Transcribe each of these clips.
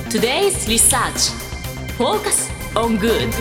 Today's Research Focus on Good。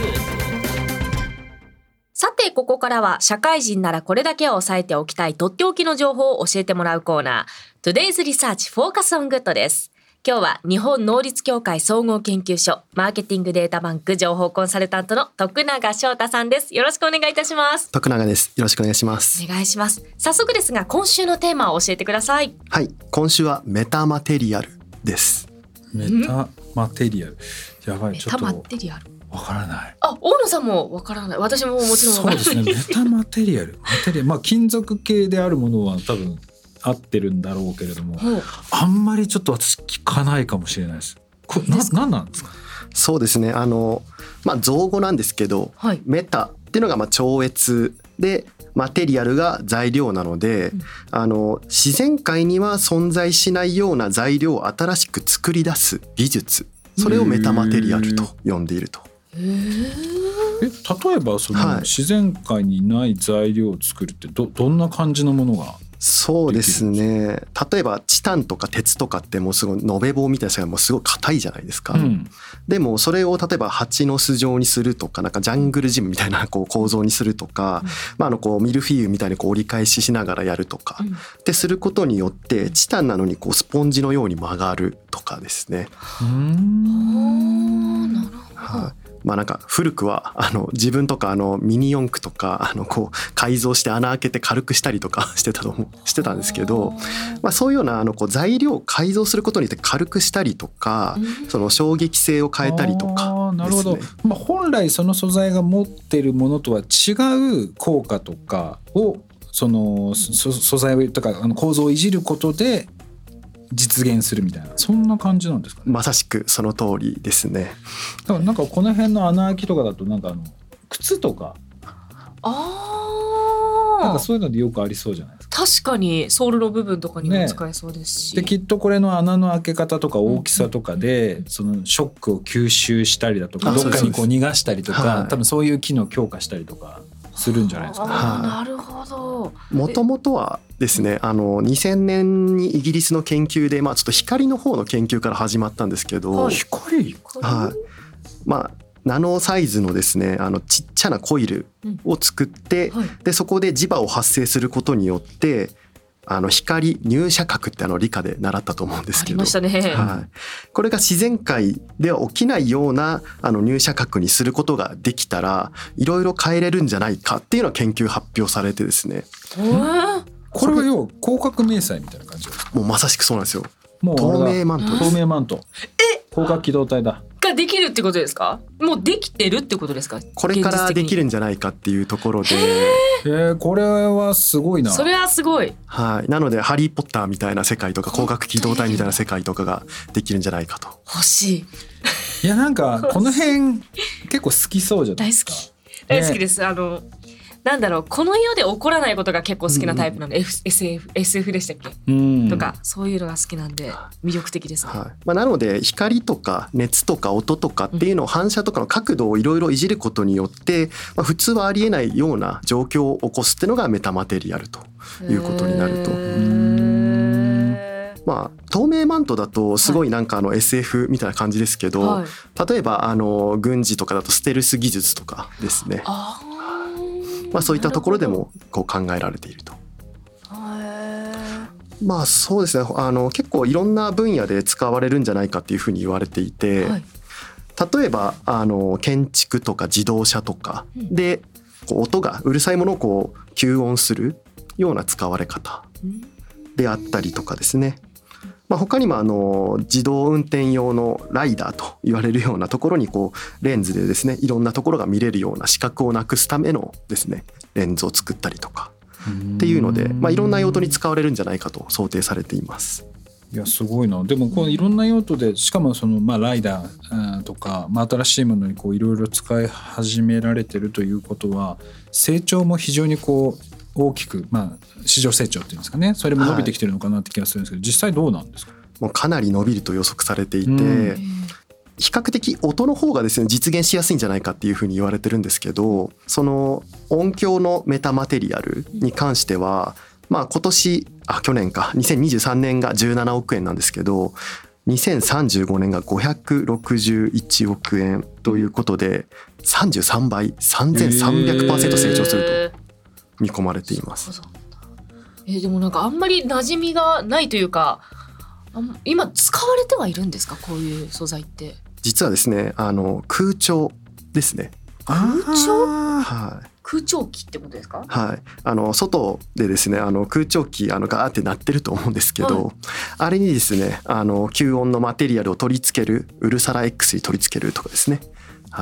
さてここからは社会人ならこれだけは押さえておきたいとっておきの情報を教えてもらうコーナー Today's Research Focus on Good です。今日は日本能率協会総合研究所マーケティングデータバンク情報コンサルタントの徳永翔太さんです。よろしくお願いいたします。 徳永です。よろしくお願いします。 お願いします。早速ですが今週のテーマを教えてください。 はい、今週はメタマテリアルです。 メタマテリアル、やばい、ちょっとメタマテリアルわからない。 大野さんもわからない。私ももちろんわからない。 そうですね、メタマテリアル金属系であるものは多分合ってるんだろうけれども、あんまりちょっと私聞かないかもしれないです。何なんですか？ そうですね、造語なんですけど、はい、メタっていうのが超越でマテリアルが材料なので、自然界には存在しないような材料を新しく作り出す技術、それをメタマテリアルと呼んでいると。 例えば自然界にない材料を作るってどんな感じのものが？ そうですね、例えばチタンとか鉄とかってもうすごい延べ棒みたいなのがもうすごい硬いじゃないですか、でもそれを例えば蜂の巣状にするとか、なんかジャングルジムみたいな構造にするとか、ミルフィーユみたいに折り返ししながらやるとかってすることによってチタンなのにスポンジのように曲がるとかですね。 なるほど。 なんか古くは自分とかミニ四駆とか改造して穴開けて軽くしたりとかしてたんですけど、そういうような材料を改造することによって軽くしたりとか、その衝撃性を変えたりとかですね。 なるほど。本来その素材が持っているものとは違う効果とかをその素材とか構造をいじることで実現するみたいな、そんな感じなんですかね。 まさしくその通りですね。 だからなんかこの辺の穴開きとかだとなんか靴とかなんかそういうのでよくありそうじゃないですか。 確かにソールの部分とかにも使えそうですし、 できっとこれの穴の開け方とか大きさとかで、そのショックを吸収したりだとか、どっかに逃がしたりとか、多分そういう機能を強化したりとかするんじゃないですかね。 なるほど。 もともとはですね、2000年にイギリスの研究で、ちょっと光の方の研究から始まったんですけど、 光、 ナノサイズのですね、ちっちゃなコイルを作って、でそこで磁場を発生することによって光入射角って理科で習ったと思うんですけど、 ありましたね。 これが自然界では起きないような入射角にすることができたらいろいろ変えれるんじゃないかっていうのを研究発表されてですね。 これは要は広角迷彩みたいな感じですか？ もうまさしくそうなんですよ。 もう透明マントです。 透明マント。広角機動隊だ。 ができるってことですか？もうできてるってことですか？ これからできるんじゃないかっていうところで、 これはすごいな。 それはすごい。 なのでハリーポッターみたいな世界とか広角機動隊みたいな世界とかができるんじゃないかと。 欲しい。 いやなんかこの辺結構好きそうじゃないですか。 大好きです。なんだろう、この世で起こらないことが結構好きなタイプなので、SF でしたっけ、とかそういうのが好きなんで魅力的ですね。 なので光とか熱とか音とかっていうのを反射とかの角度をいろいろいじることによって、普通はありえないような状況を起こすっていうのがメタマテリアルということになると。透明マントだとすごいなんかSF みたいな感じですけど、例えば軍事とかだとステルス技術とかですね。そういったところでも考えられていると。そうですね、結構いろんな分野で使われるんじゃないかっていうふうに言われていて、例えば建築とか自動車とかで音がうるさいものを吸音するような使われ方であったりとかですね。他にも自動運転用のライダーと言われるようなところにレンズでですね、いろんなところが見れるような視覚をなくすためのですねレンズを作ったりとかっていうので、いろんな用途に使われるんじゃないかと想定されています。 いやすごいな。でもいろんな用途で、しかもライダーとか、新しいものにいろいろ使い始められてるということは、成長も非常に大きく、市場成長っていうんですかね、それも伸びてきてるのかなって気がするんですけど、実際どうなんですか？ もうかなり伸びると予測されていて、比較的音の方がですね実現しやすいんじゃないかっていうふうに言われてるんですけど、その音響のメタマテリアルに関しては、去年か2023年が17億円なんですけど、 2035年が561億円ということで33倍 3300% 成長すると見込まれています。 でもなんかあんまり馴染みがないというか、今使われてはいるんですか、こういう素材って。 実はですね、空調ですね。 空調？ はい。 空調機ってことですか？ はい。外でですね、空調機ガーって鳴ってると思うんですけど、はい、あれにですね、吸音のマテリアルを取り付ける、ウルサラ X に取り付けるとかですね。はい。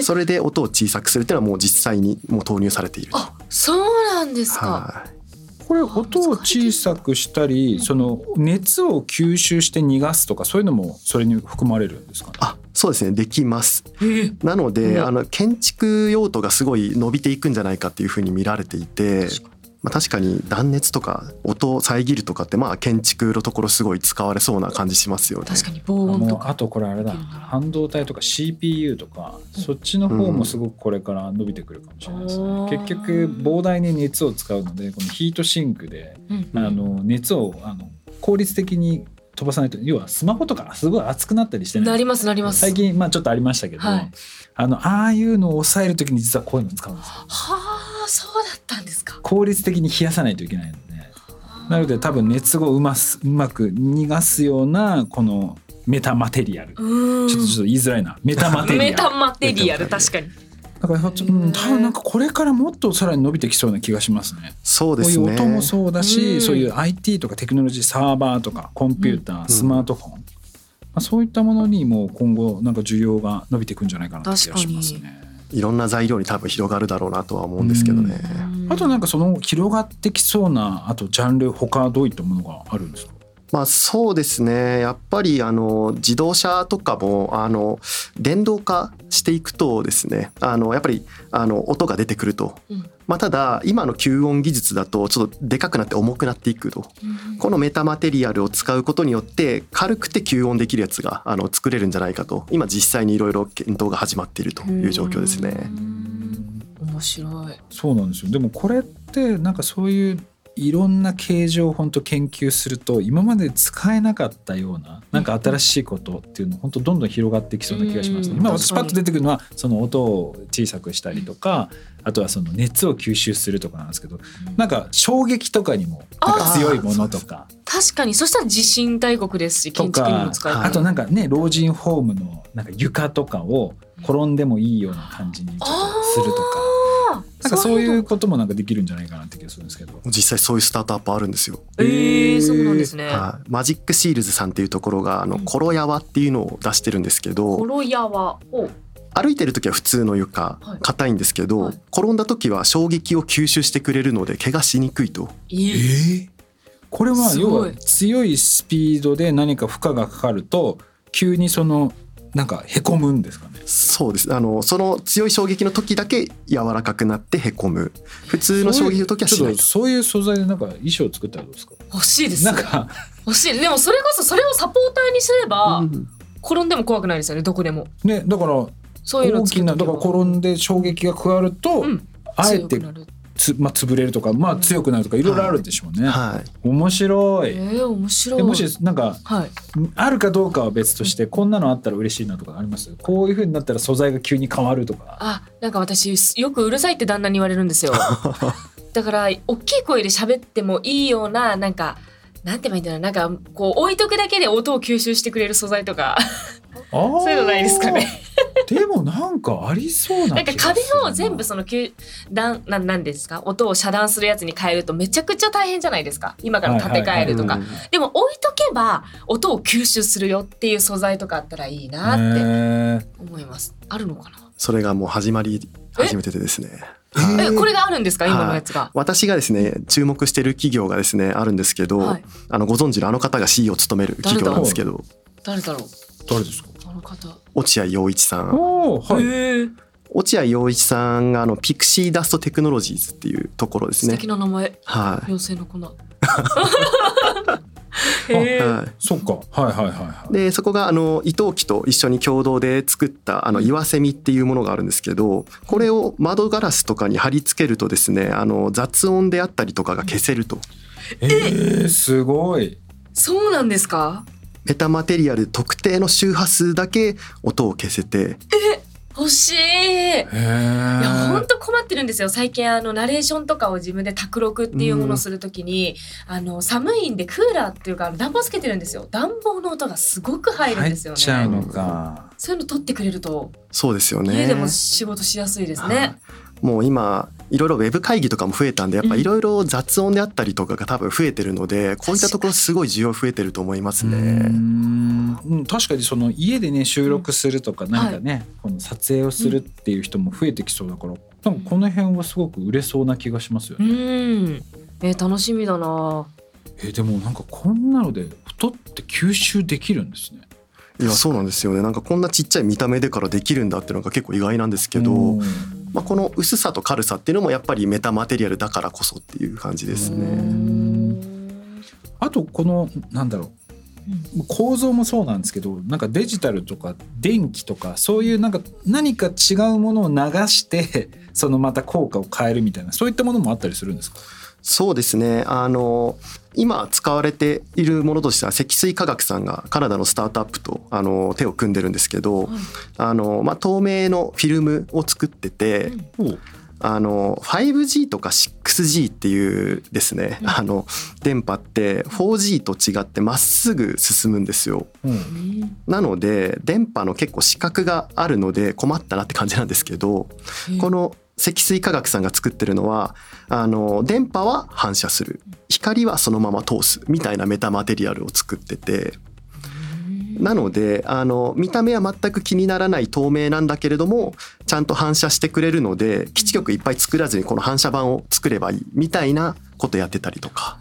それで音を小さくするっていうのはもう実際にもう投入されている。 あ、そうなんですか。 はい。 これ音を小さくしたり、その熱を吸収して逃がすとか、そういうのもそれに含まれるんですかね。 あ、そうですね、できます。なので、建築用途がすごい伸びていくんじゃないかっていうふうに見られていて、確かに断熱とか音を遮るとかって建築のところすごい使われそうな感じしますよね。 確かに防音とか。 あとこれあれだ、半導体とか CPU とか、そっちの方もすごくこれから伸びてくるかもしれないですね。結局膨大に熱を使うので、このヒートシンクで、熱を効率的に飛ばさないと、要はスマホとかすごい熱くなったりしてね。 なりますなります。 最近ちょっとありましたけど、ああいうのを抑えるときに実はこういうのを使うんですよ。 はあ、そうだったんですか。 効率的に冷やさないといけないので、なので多分熱をうまく逃がすようなこのメタマテリアル、ちょっと言いづらいな、メタマテリアルメタマテリアル、確かに。 だから多分なんかこれからもっとさらに伸びてきそうな気がしますね。 そうですね。 こういう音もそうだし、そういう IT とかテクノロジー、サーバーとかコンピューター、スマートフォン、そういったものにも今後なんか需要が伸びていくんじゃないかなって気がしますね。 いろんな材料に多分広がるだろうなとは思うんですけどね。 あとなんかその広がってきそうなジャンル、他はどういったものがあるんですか？ そうですね、やっぱり自動車とかも電動化していくとですね、やっぱり音が出てくると、ただ今の吸音技術だとちょっとでかくなって重くなっていくと、このメタマテリアルを使うことによって軽くて吸音できるやつが作れるんじゃないかと、今実際にいろいろ検討が始まっているという状況ですね。 面白い。 そうなんですよ。でもこれってなんかそういういろんな形状を本当研究すると、今まで使えなかったようななんか新しいことっていうの本当どんどん広がってきそうな気がしますね。今私パッと出てくるのはその音を小さくしたりとか、あとはその熱を吸収するとかなんですけど、なんか衝撃とかにもなんか強いものとか。 確かに、そしたら地震大国ですし、建築にも使える。 あとなんかね、老人ホームのなんか床とかを転んでもいいような感じにちょっとするとか。なんかそういうこともなんかできるんじゃないかなって気がするんですけど、 実際そういうスタートアップあるんですよ。 そうなんですね。 マジックシールズさんっていうところがコロヤワっていうのを出してるんですけど、 コロヤワ、 歩いてる時は普通の床、硬いんですけど、転んだ時は衝撃を吸収してくれるので怪我しにくいと。 これは要は強いスピードで何か負荷がかかると急にそのなんかへこむんですかね。 そうです。その強い衝撃の時だけ柔らかくなってへこむ。普通の衝撃の時はしない。 そういう素材でなんか衣装作ったらどうですか？ 欲しいです。 なんか欲しい。でもそれこそそれをサポーターにすれば、転んでも怖くないですよね、どこでも。 ね、だからそういうの大きな、だから転んで衝撃が加わると、あえて潰れるとか、強くなるとかいろいろあるでしょうね。面白い。 面白い。 もしなんか、あるかどうかは別として、こんなのあったら嬉しいなとかあります？こういう風になったら素材が急に変わるとか。 なんか私よくうるさいって旦那に言われるんですよ。だから大きい声で喋ってもいいような、なんかなんて言えばいいんだろう、なんかこう置いとくだけで音を吸収してくれる素材とかそういうのないですかね。 でもなんかありそうな気がするな。 なんか壁を全部そのなんですか、音を遮断するやつに変えるとめちゃくちゃ大変じゃないですか、今から建て替えるとか。でも置いとけば音を吸収するよっていう素材とかあったらいいなって思います。あるのかな。 それがもう始めててですね。 これがあるんですか、今のやつが。 私がですね注目してる企業がですねあるんですけど、ご存知のあの方が CEO を務める企業なんですけど。 誰だろう。 誰ですか？ あの方。 落合陽一さん。落合陽一さんがピクシーダストテクノロジーズっていうところですね。 素敵な名前。妖精の粉。 そっか。 でそこが伊藤家と一緒に共同で作った岩セミっていうものがあるんですけど、これを窓ガラスとかに貼り付けるとですね、雑音であったりとかが消せると。 すごい。 そうなんですか？ メタマテリアル特定の周波数だけ音を消せて。 欲しい。いや本当困ってるんですよ。最近ナレーションとかを自分で卓録っていうものをするときに、寒いんでクーラーっていうか暖房つけてるんですよ。暖房の音がすごく入るんですよね。 入っちゃうのか。 そういうの取ってくれるとそうですよね。 家でも仕事しやすいですね。 もう今いろいろウェブ会議とかも増えたんで、やっぱいろいろ雑音であったりとかが多分増えてるので、こういったところすごい需要増えてると思いますね。 確かにその家でね収録するとか何かね、この撮影をするっていう人も増えてきそうだから、多分この辺はすごく売れそうな気がしますよね。 楽しみだな。 でもなんかこんなので音って吸収できるんですね。 いやそうなんですよね。なんかこんなちっちゃい見た目でからできるんだっていうのが結構意外なんですけど、この薄さと軽さっていうのもやっぱりメタマテリアルだからこそっていう感じですね。 あとこのなんだろう、構造もそうなんですけど、なんかデジタルとか電気とかそういうなんか何か違うものを流してそのまた効果を変えるみたいな、そういったものもあったりするんですか？ そうですね。今使われているものとしては積水化学さんがカナダのスタートアップと手を組んでるんですけど、透明のフィルムを作ってて、5G とか 6G っていうですね、電波って 4G と違ってまっすぐ進むんですよ。なので電波の結構死角があるので困ったなって感じなんですけど、この積水化学さんが作ってるのは電波は反射する、光はそのまま通すみたいなメタマテリアルを作ってて、なので見た目は全く気にならない透明なんだけれどもちゃんと反射してくれるので、基地局いっぱい作らずにこの反射板を作ればいいみたいなことやってたりとか。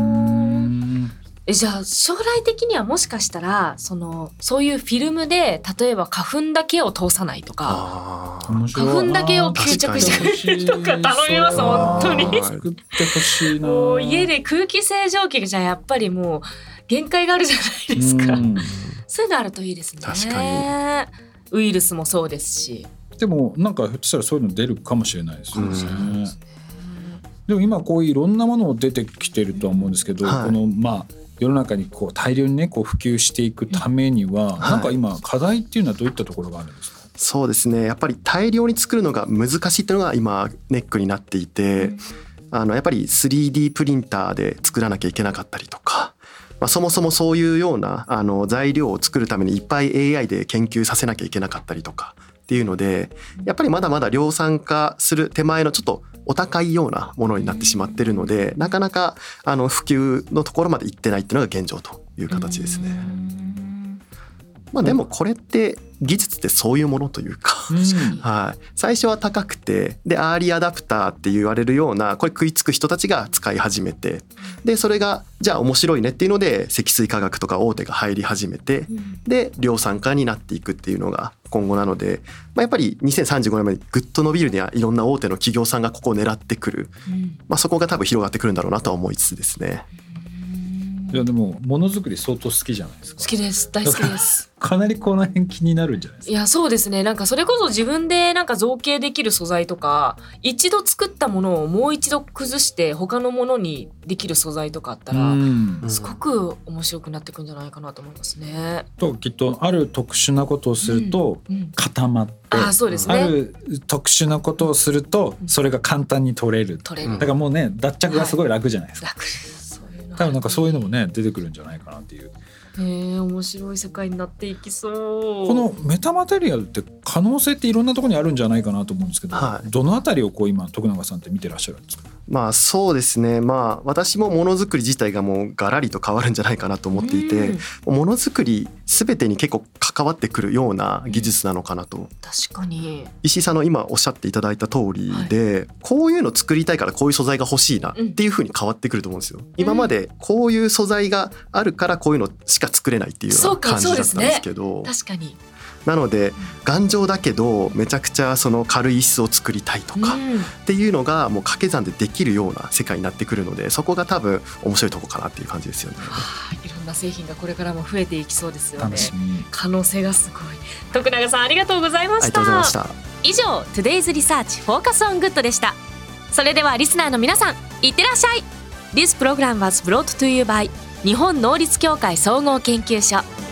じゃあ将来的にはもしかしたらそういうフィルムで例えば花粉だけを通さないとか、花粉だけを吸着してくれるとか頼みます。本当に作ってほしいな。 もう家で空気清浄機じゃやっぱりもう限界があるじゃないですか。そういうのあるといいですね。 確かにウイルスもそうですし。 でもなんかひょっとしたらそういうの出るかもしれないですよね。でも今こういろんなものも出てきてるとは思うんですけど、この世の中にこう大量にねこう普及していくためには、なんか今課題っていうのはどういったところがあるんですか？ そうですね。やっぱり大量に作るのが難しいっていうのが今ネックになっていて、やっぱり 3D プリンターで作らなきゃいけなかったりとか、そもそもそういうような材料を作るためにいっぱい AI で研究させなきゃいけなかったりとかっていうので、やっぱりまだまだ量産化する手前のちょっとお高いようなものになってしまってるので、なかなか普及のところまで行ってないっていうのが現状という形ですね。でもこれって技術ってそういうものというか、最初は高くて、でアーリーアダプターって言われるようなこれ食いつく人たちが使い始めて、でそれがじゃあ面白いねっていうので積水化学とか大手が入り始めて、で量産化になっていくっていうのが今後なので、やっぱり2035年までぐっと伸びるにはいろんな大手の企業さんがここを狙ってくる、そこが多分広がってくるんだろうなとは思いつつですね。 いやでもものづくり相当好きじゃないですか？ 好きです。大好きです。 かなりこの辺気になるんじゃないですか？ いやそうですね。なんかそれこそ自分でなんか造形できる素材とか、一度作ったものをもう一度崩して他のものにできる素材とかあったら、すごく面白くなってくんじゃないかなと思いますね。 ときっとある特殊なことをすると固まって、 そうですね。 ある特殊なことをするとそれが簡単に取れる。だからもうね脱着がすごい楽じゃないですか。 楽です。 多分なんかそういうのもね出てくるんじゃないかなっていう。 面白い世界になっていきそう。 このメタマテリアルって可能性っていろんなところにあるんじゃないかなと思うんですけど、どのあたりをこう今徳永さんって見てらっしゃるんですか？ そうですね。私もものづくり自体がもうガラリと変わるんじゃないかなと思っていて、ものづくり全てに結構関わってくるような技術なのかなと。 確かに石井さんの今おっしゃっていただいた通りで、こういうの作りたいからこういう素材が欲しいなっていう風に変わってくると思うんですよ。今までこういう素材があるからこういうのしか作れないっていうような感じだったんですけど、 確かになので頑丈だけどめちゃくちゃその軽い椅子を作りたいとかっていうのがもう掛け算でできるような世界になってくるので、そこが多分面白いとこかなっていう感じですよね。 いろんな製品がこれからも増えていきそうですよね。可能性がすごい。徳永さんありがとうございました。 ありがとうございました。 以上 Today's Research Focus on Good でした。それではリスナーの皆さんいってらっしゃい。 This program was brought to you by 日本能率協会総合研究所。